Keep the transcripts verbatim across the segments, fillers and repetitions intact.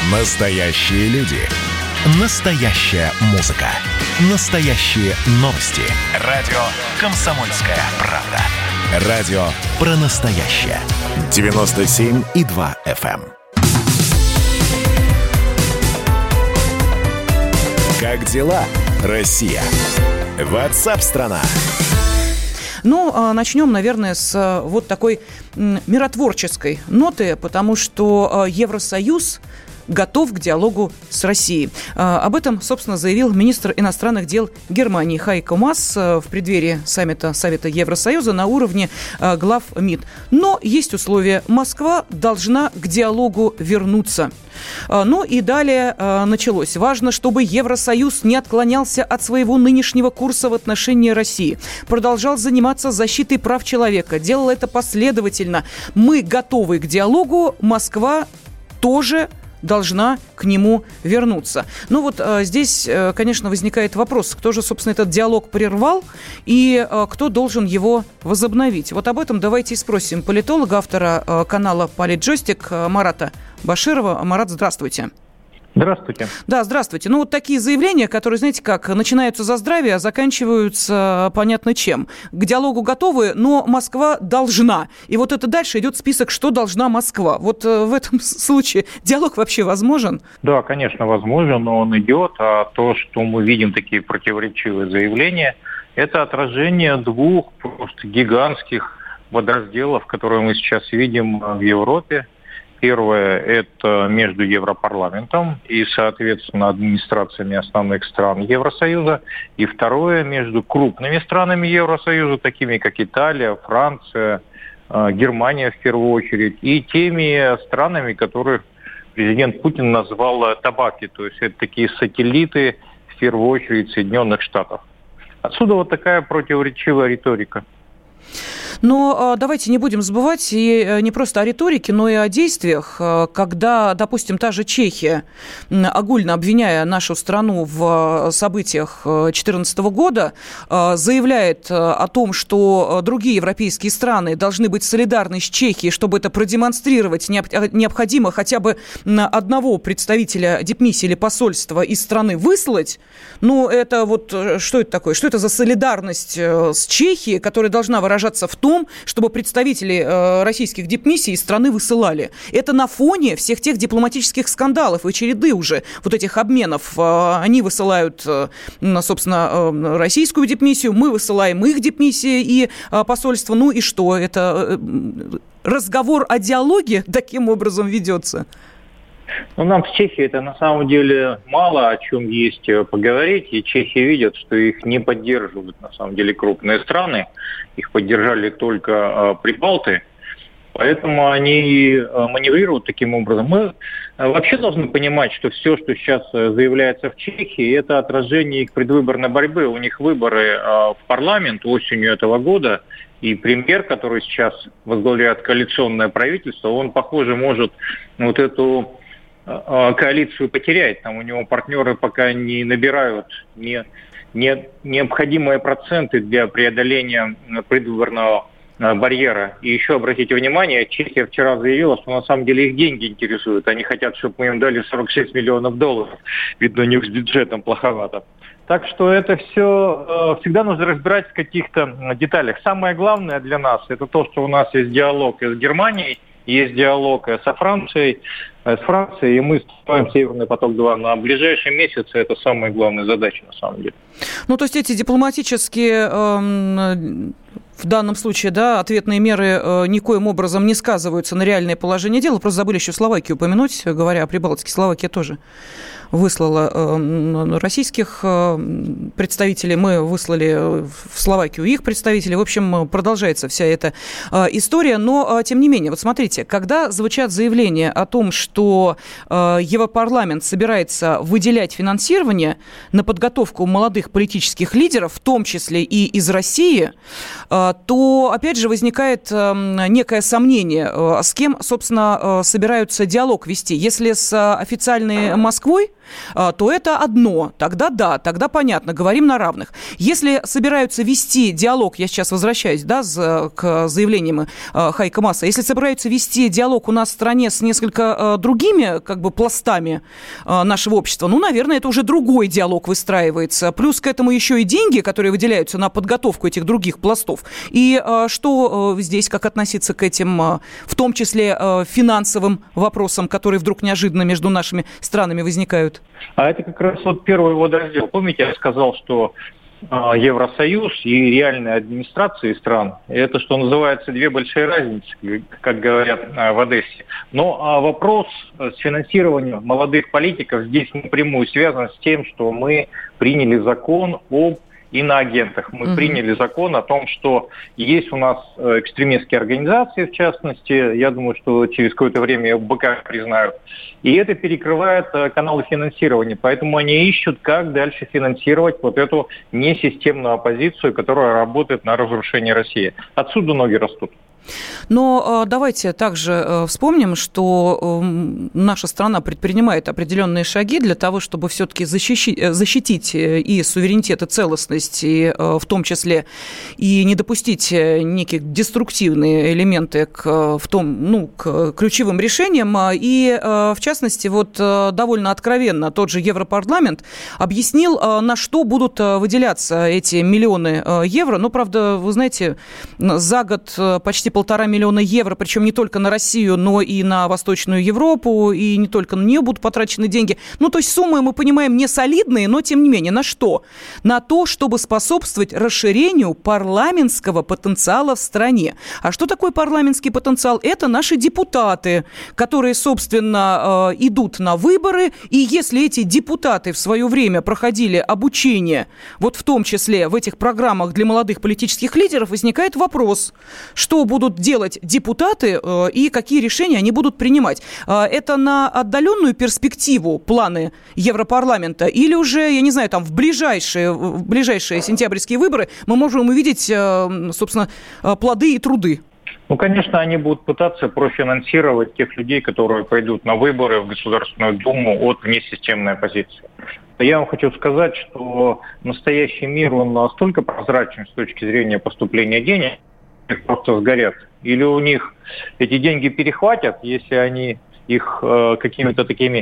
Настоящие люди. Настоящая музыка. Настоящие новости. Радио «Комсомольская правда». Радио про настоящее. девяносто семь и два эф эм. Как дела, Россия? Ватсап-страна! Ну, начнем, наверное, с вот такой миротворческой ноты, потому что Евросоюз готов к диалогу с Россией. Об этом, собственно, заявил министр иностранных дел Германии Хайко Маас в преддверии саммита Совета Евросоюза на уровне глав МИД. Но есть условия. Москва должна к диалогу вернуться. Ну и далее началось. Важно, чтобы Евросоюз не отклонялся от своего нынешнего курса в отношении России. Продолжал заниматься защитой прав человека. Делал это последовательно. Мы готовы к диалогу. Москва тоже должна к нему вернуться. Ну вот э, здесь, э, конечно, возникает вопрос, кто же, собственно, этот диалог прервал и э, кто должен его возобновить. Вот об этом давайте и спросим политолога, автора э, канала «Политджойстик» э, Марата Баширова. Марат, здравствуйте. Здравствуйте. Да, здравствуйте. Ну, вот такие заявления, которые, знаете как, начинаются за здравие, а заканчиваются понятно чем. К диалогу готовы, но Москва должна. И вот это дальше идет список, что должна Москва. Вот в этом случае диалог вообще возможен? Да, конечно, возможен, но он идет. А то, что мы видим такие противоречивые заявления, это отражение двух просто гигантских водоразделов, которые мы сейчас видим в Европе. Первое – это между Европарламентом и, соответственно, администрациями основных стран Евросоюза. И второе – между крупными странами Евросоюза, такими как Италия, Франция, Германия в первую очередь, и теми странами, которых президент Путин назвал табаки. То есть это такие сателлиты, в первую очередь, Соединенных Штатов. Отсюда вот такая противоречивая риторика. Но давайте не будем забывать и не просто о риторике, но и о действиях. Когда, допустим, та же Чехия, огульно обвиняя нашу страну в событиях две тысячи четырнадцатого года, заявляет о том, что другие европейские страны должны быть солидарны с Чехией, чтобы это продемонстрировать, необходимо хотя бы одного представителя дипмиссии или посольства из страны выслать. Ну, это вот что это такое? Что это за солидарность с Чехией, которая должна выражаться в том, чтобы представители э, российских дипмиссий из страны высылали. Это на фоне всех тех дипломатических скандалов и череды уже вот этих обменов. Э, они высылают, э, собственно, э, российскую дипмиссию, мы высылаем их дипмиссии и э, посольство. Ну и что? Это э, разговор о диалоге таким образом ведется? Ну, нам с Чехией это на самом деле мало о чем есть поговорить, и чехи видят, что их не поддерживают на самом деле крупные страны, их поддержали только э, прибалты, поэтому они э, маневрируют таким образом. Мы э, вообще должны понимать, что все, что сейчас заявляется в Чехии, это отражение их предвыборной борьбы. У них выборы э, в парламент осенью этого года, и премьер, который сейчас возглавляет коалиционное правительство, он, похоже, может вот эту коалицию потерять. Там у него партнеры пока не набирают не, не, необходимые проценты для преодоления предвыборного барьера. И еще обратите внимание, Чехия вчера заявила, что на самом деле их деньги интересуют. Они хотят, чтобы мы им дали сорок шесть миллионов долларов. Видно, у них с бюджетом плоховато. Так что это все э, всегда нужно разбирать в каких-то деталях. Самое главное для нас это то, что у нас есть диалог с Германией, есть диалог со Францией, с Францией, и мы строим «Северный поток-два». На ближайшие месяцы это самая главная задача на самом деле. Ну, то есть эти дипломатические, э, в данном случае, да, ответные меры э, никоим образом не сказываются на реальное положение дела. Просто забыли еще Словакию упомянуть, говоря о Прибалтике. Словакия тоже выслала э, российских э, представителей, мы выслали в Словакию их представителей. В общем, продолжается вся эта э, история. Но, э, тем не менее, вот смотрите, когда звучат заявления о том, что э, Европарламент собирается выделять финансирование на подготовку молодых политических лидеров, в том числе и из России, то, опять же, возникает некое сомнение, с кем, собственно, собираются диалог вести. Если с официальной Москвой, то это одно. Тогда да, тогда понятно, говорим на равных. Если собираются вести диалог, я сейчас возвращаюсь, да, к заявлениям Хайка Мааса, если собираются вести диалог у нас в стране с несколько другими, как бы, пластами нашего общества, ну, наверное, это уже другой диалог выстраивается. Плюс к этому еще и деньги, которые выделяются на подготовку этих других пластов. И что здесь, как относиться к этим, в том числе финансовым вопросам, которые вдруг неожиданно между нашими странами возникают? А это как раз вот первый его раздел. Помните, я сказал, что э, Евросоюз и реальные администрации стран, это, что называется, две большие разницы, как говорят э, в Одессе. Но а вопрос с финансированием молодых политиков здесь напрямую связан с тем, что мы приняли закон об иноагентах. Мы mm-hmm. приняли закон о том, что есть у нас экстремистские организации, в частности, я думаю, что через какое-то время БК признают, и это перекрывает каналы финансирования, поэтому они ищут, как дальше финансировать вот эту несистемную оппозицию, которая работает на разрушение России. Отсюда ноги растут. Но давайте также вспомним, что наша страна предпринимает определенные шаги для того, чтобы все-таки защитить, защитить и суверенитет, и целостность, и в том числе и не допустить некие деструктивные элементы к, в том, ну, к ключевым решениям. И, в частности, вот довольно откровенно тот же Европарламент объяснил, на что будут выделяться эти миллионы евро. Но, правда, вы знаете, за год почти полтора миллиона евро, причем не только на Россию, но и на Восточную Европу, и не только на нее будут потрачены деньги. Ну, то есть суммы, мы понимаем, не солидные, но тем не менее. На что? На то, чтобы способствовать расширению парламентского потенциала в стране. А что такое парламентский потенциал? Это наши депутаты, которые, собственно, идут на выборы, и если эти депутаты в свое время проходили обучение, вот в том числе в этих программах для молодых политических лидеров, возникает вопрос, что будут делать депутаты э, и какие решения они будут принимать. Э, это на отдаленную перспективу планы Европарламента или уже, я не знаю, там в ближайшие, в ближайшие сентябрьские выборы мы можем увидеть, э, собственно, э, плоды и труды? Ну, конечно, они будут пытаться профинансировать тех людей, которые пойдут на выборы в Государственную Думу от несистемной оппозиции. Я вам хочу сказать, что настоящий мир, он настолько прозрачен с точки зрения поступления денег, их просто сгорят. Или у них эти деньги перехватят, если они их э, какими-то такими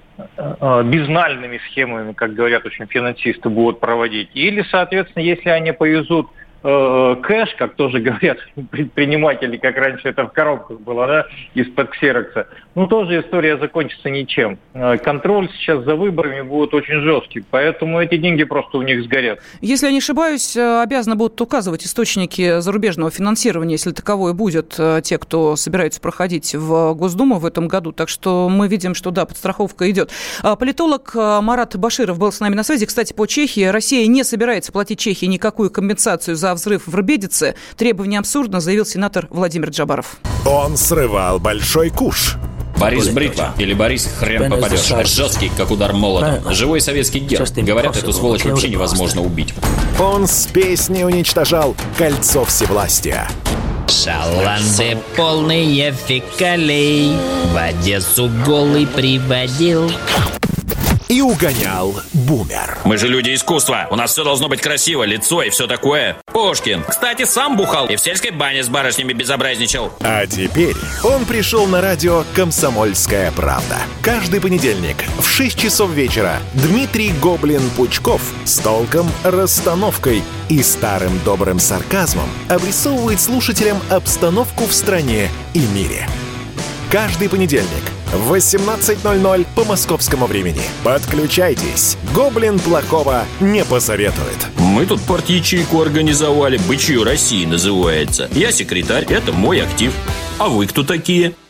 э, безнальными схемами, как говорят очень финансисты, будут проводить. Или, соответственно, если они повезут э, кэш, как тоже говорят предприниматели, как раньше это в коробках было, да, из-под ксерокса, ну, тоже история закончится ничем. Контроль сейчас за выборами будет очень жесткий, поэтому эти деньги просто у них сгорят. Если я не ошибаюсь, обязаны будут указывать источники зарубежного финансирования, если таковое будет, те, кто собирается проходить в Госдуму в этом году. Так что мы видим, что, да, подстраховка идет. Политолог Марат Баширов был с нами на связи. Кстати, по Чехии. Россия не собирается платить Чехии никакую компенсацию за взрыв в Рыбедице. Требование абсурдно, заявил сенатор Владимир Джабаров. Он срывал большой куш. Борис Бритва или Борис хрен попадешь. Жесткий, как удар молотом. Живой советский герб. Говорят, эту сволочь вообще невозможно убить. Он с песней уничтожал кольцо всевластия. Шаланды полные фекалей в Одессу голый приводил. И угонял бумер. Мы же люди искусства. У нас все должно быть красиво, лицо и все такое. Пушкин, кстати, сам бухал и в сельской бане с барышнями безобразничал. А теперь он пришел на радио «Комсомольская правда». Каждый понедельник в шесть часов вечера Дмитрий Гоблин-Пучков с толком, расстановкой и старым добрым сарказмом обрисовывает слушателям обстановку в стране и мире. Каждый понедельник в восемнадцать ноль ноль по московскому времени. Подключайтесь. Гоблин плохого не посоветует. Мы тут парт-ячейку организовали. «Бычью России» называется. Я секретарь, это мой актив. А вы кто такие?